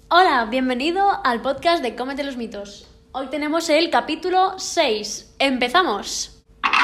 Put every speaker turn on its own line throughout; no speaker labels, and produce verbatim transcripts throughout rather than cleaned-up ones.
Hola, bienvenido al podcast de Cómete los mitos. Hoy tenemos el capítulo seis. ¡Empezamos!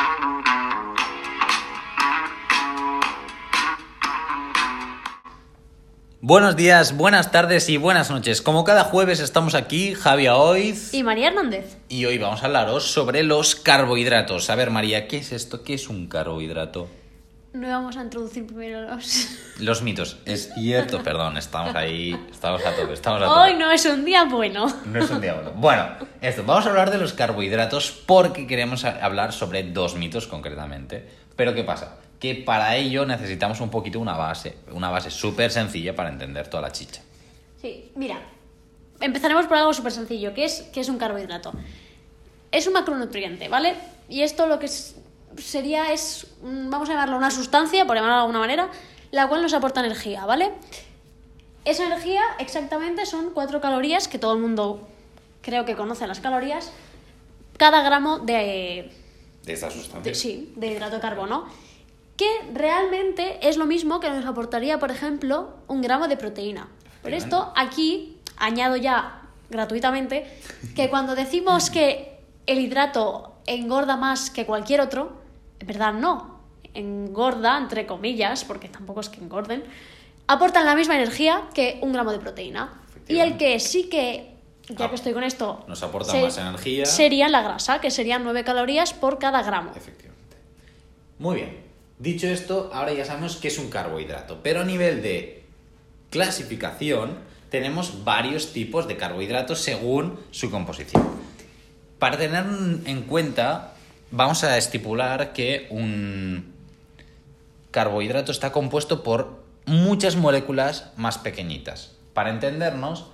Buenos días, buenas tardes y buenas noches. Como cada jueves estamos aquí, Javi Aoiz
Y María Hernández.
y hoy vamos a hablaros sobre los carbohidratos. A ver, María, ¿qué es esto? ¿Qué es un carbohidrato?
No vamos a introducir primero los...
Los mitos. Es cierto, perdón, estamos ahí, estamos a tope, estamos a tope.
Hoy no es un día bueno.
No es un diablo. Bueno, esto, vamos a hablar de los carbohidratos porque queremos a- hablar sobre dos mitos concretamente. Pero ¿qué pasa? Que para ello necesitamos un poquito una base, una base súper sencilla para entender toda la chicha.
Sí, mira. Empezaremos por algo súper sencillo, que es, que es un carbohidrato. Es un macronutriente, ¿vale? Y esto lo que es- sería es, mm, vamos a llamarlo una sustancia, por llamarlo de alguna manera, la cual nos aporta energía, ¿vale? Esa energía exactamente son cuatro calorías, que todo el mundo creo que conoce las calorías, cada gramo de,
De esta sustancia.
de- sí, de hidrato de carbono, que realmente es lo mismo que nos aportaría, por ejemplo, un gramo de proteína. Por esto, aquí añado ya gratuitamente que cuando decimos que el hidrato engorda más que cualquier otro, en verdad no, engorda, entre comillas, porque tampoco es que engorden, aportan la misma energía que un gramo de proteína. Y el que sí que, ya
Ah,
que estoy con esto,
nos aporta más energía.
sería la grasa, que serían nueve calorías por cada gramo.
Efectivamente. Muy bien. Dicho esto, ahora ya sabemos qué es un carbohidrato. Pero a nivel de clasificación, tenemos varios tipos de carbohidratos según su composición. Para tener en cuenta, vamos a estipular que un carbohidrato está compuesto por muchas moléculas más pequeñitas. Para entendernos,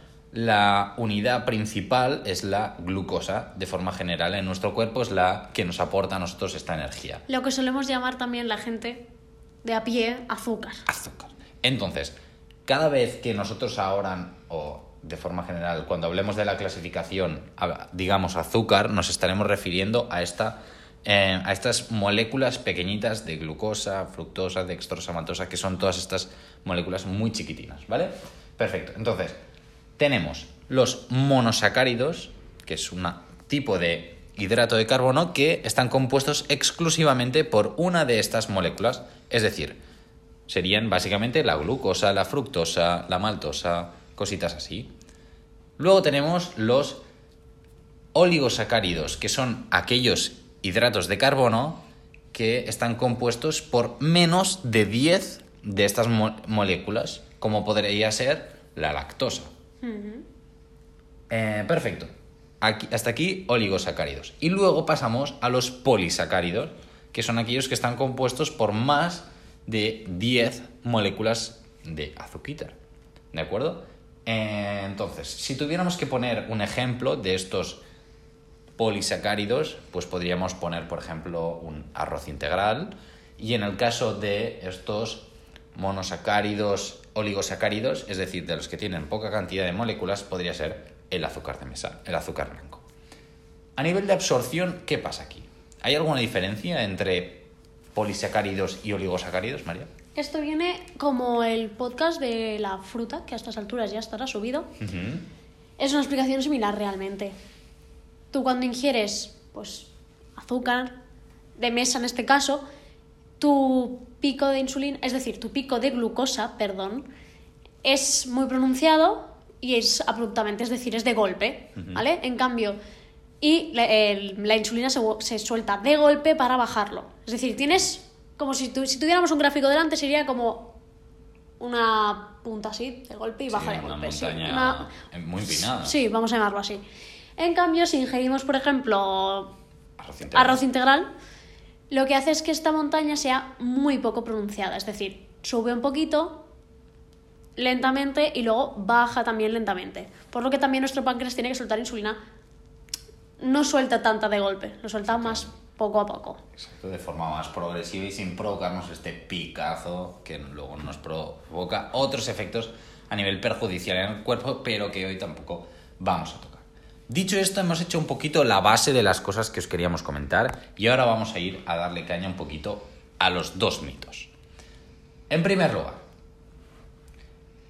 la unidad principal es la glucosa. De forma general, en nuestro cuerpo es la que nos aporta a nosotros esta energía.
Lo que solemos llamar también la gente de a pie azúcar.
Azúcar. Entonces, cada vez que nosotros ahora, o de forma general, cuando hablemos de la clasificación, a- digamos azúcar, nos estaremos refiriendo a, esta, eh, a estas moléculas pequeñitas de glucosa, fructosa, dextrosa, maltosa, que son todas estas moléculas muy chiquitinas, ¿vale? Perfecto. Entonces, tenemos los monosacáridos, que es un tipo de hidrato de carbono que están compuestos exclusivamente por una de estas moléculas, es decir, serían básicamente la glucosa, la fructosa, la maltosa, cositas así. Luego tenemos los oligosacáridos, que son aquellos hidratos de carbono que están compuestos por menos de diez de estas mo- moléculas, como podría ser la lactosa. Eh, perfecto. Aquí, hasta aquí oligosacáridos. Y luego pasamos a los polisacáridos, que son aquellos que están compuestos por más de diez moléculas de azuquita. ¿De acuerdo? Eh, entonces, si tuviéramos que poner un ejemplo de estos polisacáridos, pues podríamos poner, por ejemplo, un arroz integral. Y en el caso de estos monosacáridos, oligosacáridos, es decir, de los que tienen poca cantidad de moléculas, podría ser el azúcar de mesa, el azúcar blanco. A nivel de absorción, ¿qué pasa aquí? ¿Hay alguna diferencia entre polisacáridos y oligosacáridos, María?
Esto viene como el podcast de la fruta, que a estas alturas ya estará subido.
Uh-huh.
Es una explicación similar realmente. Tú cuando ingieres, pues, azúcar de mesa en este caso, tu pico de insulina, es decir, tu pico de glucosa, perdón, es muy pronunciado y es abruptamente, es decir, es de golpe,
Ujú.
¿vale? En cambio, y la, el- la insulina se, se suelta de golpe para bajarlo. Es decir, tienes como si, tu- si tuviéramos un gráfico delante, sería como una punta así, de golpe y
Sí,
baja de
una
golpe. sí,
montaña
una-
muy empinada.
Sí, vamos a llamarlo así. En cambio, si ingerimos, por ejemplo,
Arroz integral.
arroz integral, lo que hace es que esta montaña sea muy poco pronunciada. Es decir, sube un poquito lentamente y luego baja también lentamente. Por lo que también nuestro páncreas tiene que soltar insulina. No suelta tanta de golpe, lo suelta más poco a poco.
Exacto, de forma más progresiva y sin provocarnos este picazo que luego nos provoca otros efectos a nivel perjudicial en el cuerpo, pero que hoy tampoco vamos a tocar. Dicho esto, hemos hecho un poquito la base de las cosas que os queríamos comentar y ahora vamos a ir a darle caña un poquito a los dos mitos. En primer lugar,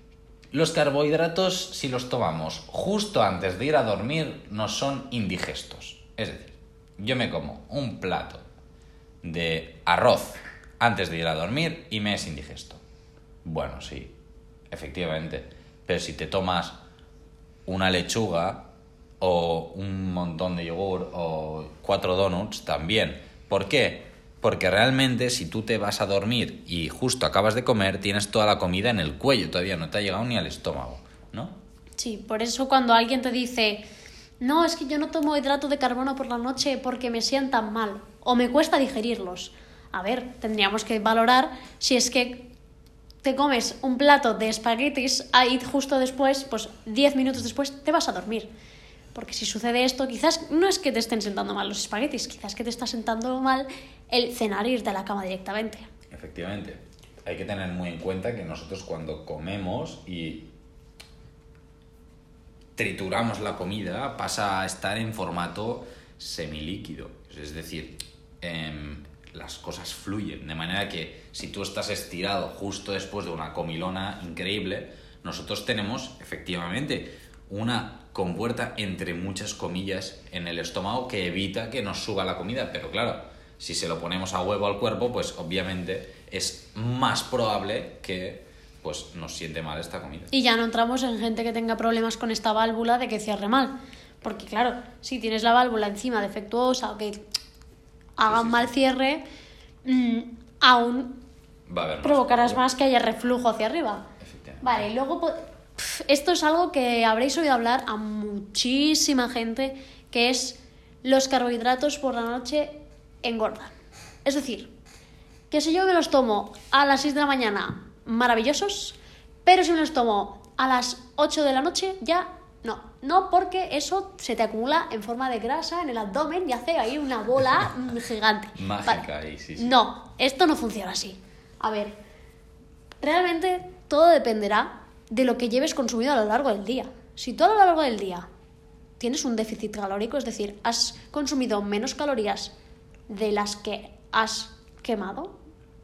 Los carbohidratos, si los tomamos justo antes de ir a dormir, nos son indigestos. Es decir, yo me como un plato de arroz antes de ir a dormir y me es indigesto. Bueno, sí, efectivamente. Pero si te tomas una lechuga o un montón de yogur o cuatro donuts, también. ¿Por qué? Porque realmente si tú te vas a dormir y justo acabas de comer, tienes toda la comida en el cuello, todavía no te ha llegado ni al estómago, ¿no?
Sí, por eso cuando alguien te dice, no, es que yo no tomo hidrato de carbono por la noche porque me sientan mal o me cuesta digerirlos. A ver, tendríamos que valorar si es que te comes un plato de espaguetis ahí justo después, pues diez minutos después te vas a dormir. Porque si sucede esto, quizás no es que te estén sentando mal los espaguetis, quizás que te está sentando mal el cenar e irte a la cama directamente.
Efectivamente. Hay que tener muy en cuenta que nosotros cuando comemos y trituramos la comida pasa a estar en formato semilíquido. Es decir, eh, las cosas fluyen. De manera que si tú estás estirado justo después de una comilona increíble, nosotros tenemos efectivamente una compuerta entre muchas comillas en el estómago que evita que nos suba la comida. Pero claro, si se lo ponemos a huevo al cuerpo, pues obviamente es más probable que pues nos siente mal esta comida.
Y ya no entramos en gente que tenga problemas con esta válvula de que cierre mal. Porque claro, si tienes la válvula encima defectuosa o que haga
Sí, sí,
mal
sí.
cierre, mmm, aún
Va a haber más
provocarás
probable.
más que haya reflujo hacia arriba.
Efectivamente.
Vale, y luego po- pf, esto es algo que habréis oído hablar a muchísima gente, que es los carbohidratos por la noche engordan. Es decir, que si yo me los tomo a las seis de la mañana, maravillosos, pero si me los tomo a las ocho de la noche, ya no. No, porque eso se te acumula en forma de grasa en el abdomen y hace ahí una bola mm, gigante.
Mágica ahí, sí, sí.
No, esto no funciona así. A ver, realmente todo dependerá de lo que lleves consumido a lo largo del día. Si tú a lo largo del día tienes un déficit calórico, es decir, has consumido menos calorías de las que has quemado,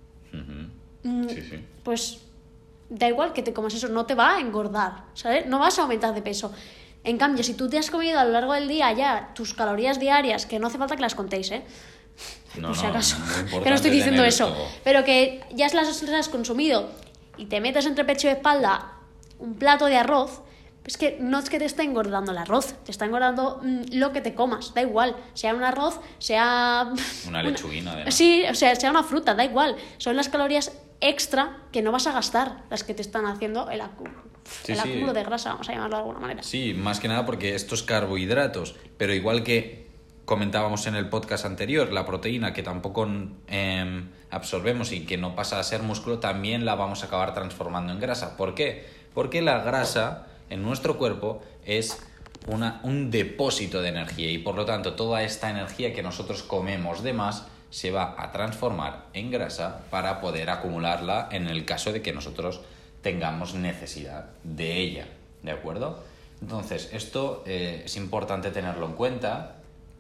Ujú.
mm,
Sí, sí.
pues da igual que te comas eso, no te va a engordar, ¿sabes? No vas a aumentar de peso. En cambio, si tú te has comido a lo largo del día ya tus calorías diarias, que no hace falta que las contéis, ¿eh?
No,
Por si
no,
acaso.
muy importante
Que no estoy diciendo
tener
eso.
esto.
Pero que ya las las has consumido y te metes entre pecho y espalda un plato de arroz, es que no es que te esté engordando el arroz, te está engordando mm, lo que te comas, da igual. Sea un arroz, sea...
Una lechuguina, además.
Sí, o sea, sea una fruta, da igual. Son las calorías extra que no vas a gastar las que te están haciendo el, acu-
Sí,
el
sí.
acúmulo de grasa, vamos a llamarlo de alguna manera.
Sí, más que nada porque estos carbohidratos, pero igual que comentábamos en el podcast anterior, la proteína que tampoco eh, absorbemos y que no pasa a ser músculo, también la vamos a acabar transformando en grasa. ¿Por qué? Porque la grasa en nuestro cuerpo es una, un depósito de energía y por lo tanto toda esta energía que nosotros comemos de más se va a transformar en grasa para poder acumularla en el caso de que nosotros tengamos necesidad de ella, ¿de acuerdo? Entonces, esto eh, es importante tenerlo en cuenta.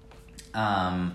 Um,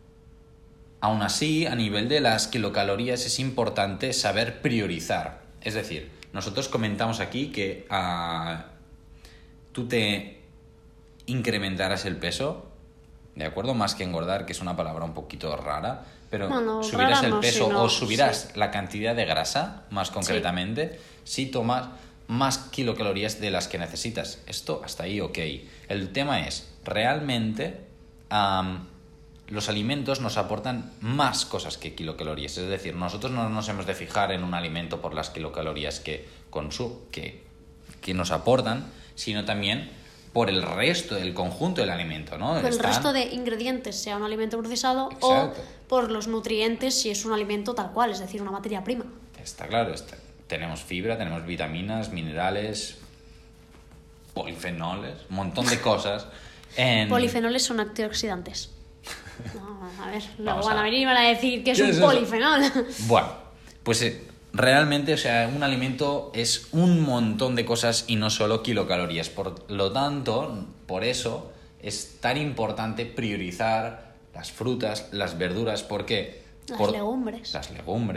aún así, a nivel de las kilocalorías es importante saber priorizar. Es decir, nosotros comentamos aquí que uh, tú te incrementarás el peso, ¿de acuerdo? Más que engordar, que es una palabra un poquito rara, pero
Bueno,
subirás
rara
el
no,
peso
sino-
o subirás
sí.
la cantidad de grasa, más concretamente, si tomas más kilocalorías de las que necesitas. Esto hasta ahí ok. El tema es, realmente um, los alimentos nos aportan más cosas que kilocalorías. Es decir, nosotros no nos hemos de fijar en un alimento por las kilocalorías que, consu- que, que nos aportan, sino también por el resto del conjunto del alimento, ¿no?
Por el
Están-
resto de ingredientes, sea un alimento procesado
Exacto.
o por los nutrientes si es un alimento tal cual, es decir, una materia prima.
Está claro, está- tenemos fibra, tenemos vitaminas, minerales, polifenoles, un montón de cosas. En...
Polifenoles son antioxidantes. No, a ver, luego
Vamos
van a
a-
venir y van a decir que es
¿Qué
un
es eso?
polifenol.
Bueno, pues eh, realmente, o sea, un alimento es un montón de cosas y no solo kilocalorías. Por lo tanto, por eso es tan importante priorizar las frutas, las verduras, ¿por qué?
Las
Por-
legumbres.
Las legumbres, efectivamente.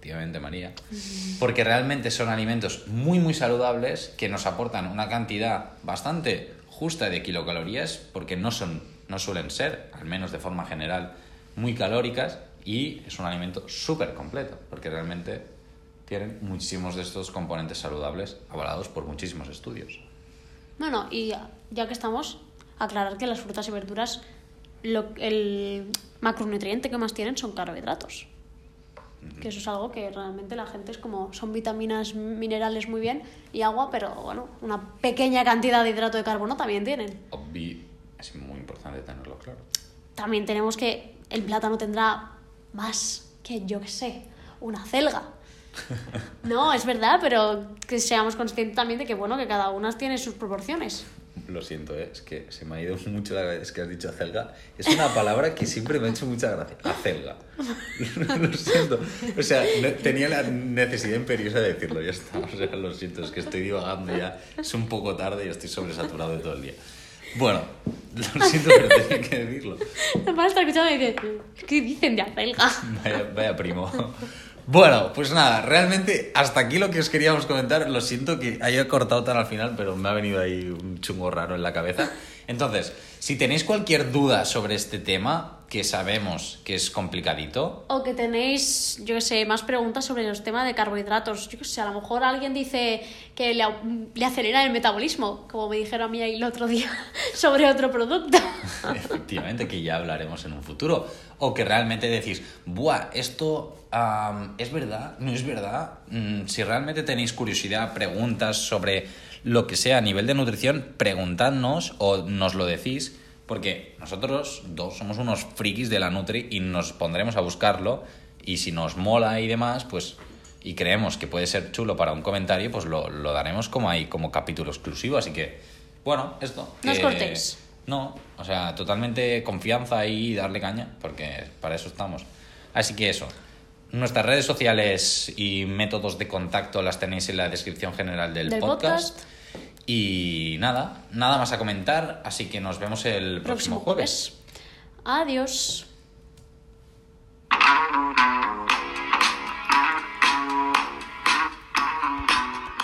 efectivamente, María, porque realmente son alimentos muy, muy saludables que nos aportan una cantidad bastante justa de kilocalorías, porque no son, no suelen ser, al menos de forma general, muy calóricas, y es un alimento súper completo, porque realmente tienen muchísimos de estos componentes saludables avalados por muchísimos estudios.
Bueno, y ya que estamos, aclarar que las frutas y verduras, lo, el macronutriente que más tienen son carbohidratos. Uh-huh. Que eso es algo que realmente la gente es como, son vitaminas, minerales muy bien, y agua, pero bueno, una pequeña cantidad de hidrato de carbono también tienen.
Obvio, es muy importante tenerlo claro.
También tenemos que el plátano tendrá más que, yo qué sé, una celga. No, es verdad, pero que seamos conscientes también de que, bueno, que cada una tiene sus proporciones.
Lo siento, ¿eh? Es que se me ha ido mucho la cabeza, es que has dicho acelga. Es una palabra que siempre me ha hecho mucha gracia. Acelga. Lo siento. O sea, no, tenía la necesidad imperiosa de decirlo, ya está. O sea, lo siento, es que estoy divagando ya. Es un poco tarde y estoy sobresaturado de todo el día. Bueno, lo siento, pero tenía que decirlo.
Me van a estar escuchando y dicen, ¿qué dicen de acelga?
Vaya, vaya primo. Bueno, pues nada, realmente hasta aquí lo que os queríamos comentar. Lo siento que haya cortado tan al final, pero me ha venido ahí un chungo raro en la cabeza. Entonces, si tenéis cualquier duda sobre este tema, que sabemos que es complicadito...
O que tenéis, yo qué sé, más preguntas sobre los temas de carbohidratos. Yo qué sé, a lo mejor alguien dice que le, le acelera el metabolismo, como me dijeron a mí ahí el otro día sobre otro producto.
Efectivamente, que ya hablaremos en un futuro. O que realmente decís, buah, esto um, es verdad, no es verdad. Mm, si realmente tenéis curiosidad, preguntas sobre lo que sea a nivel de nutrición, preguntadnos o nos lo decís, porque nosotros dos somos unos frikis de la Nutri y nos pondremos a buscarlo, y si nos mola y demás, pues, y creemos que puede ser chulo para un comentario, pues lo, lo daremos como ahí, como capítulo exclusivo. Así que, bueno, esto.
No os
que,
cortéis.
No, o sea, totalmente confianza y darle caña, porque para eso estamos. Así que eso. Nuestras redes sociales y métodos de contacto las tenéis en la descripción general del,
del
podcast.
podcast.
Y nada, nada más a comentar, así que nos vemos el próximo, próximo jueves.
jueves. Adiós.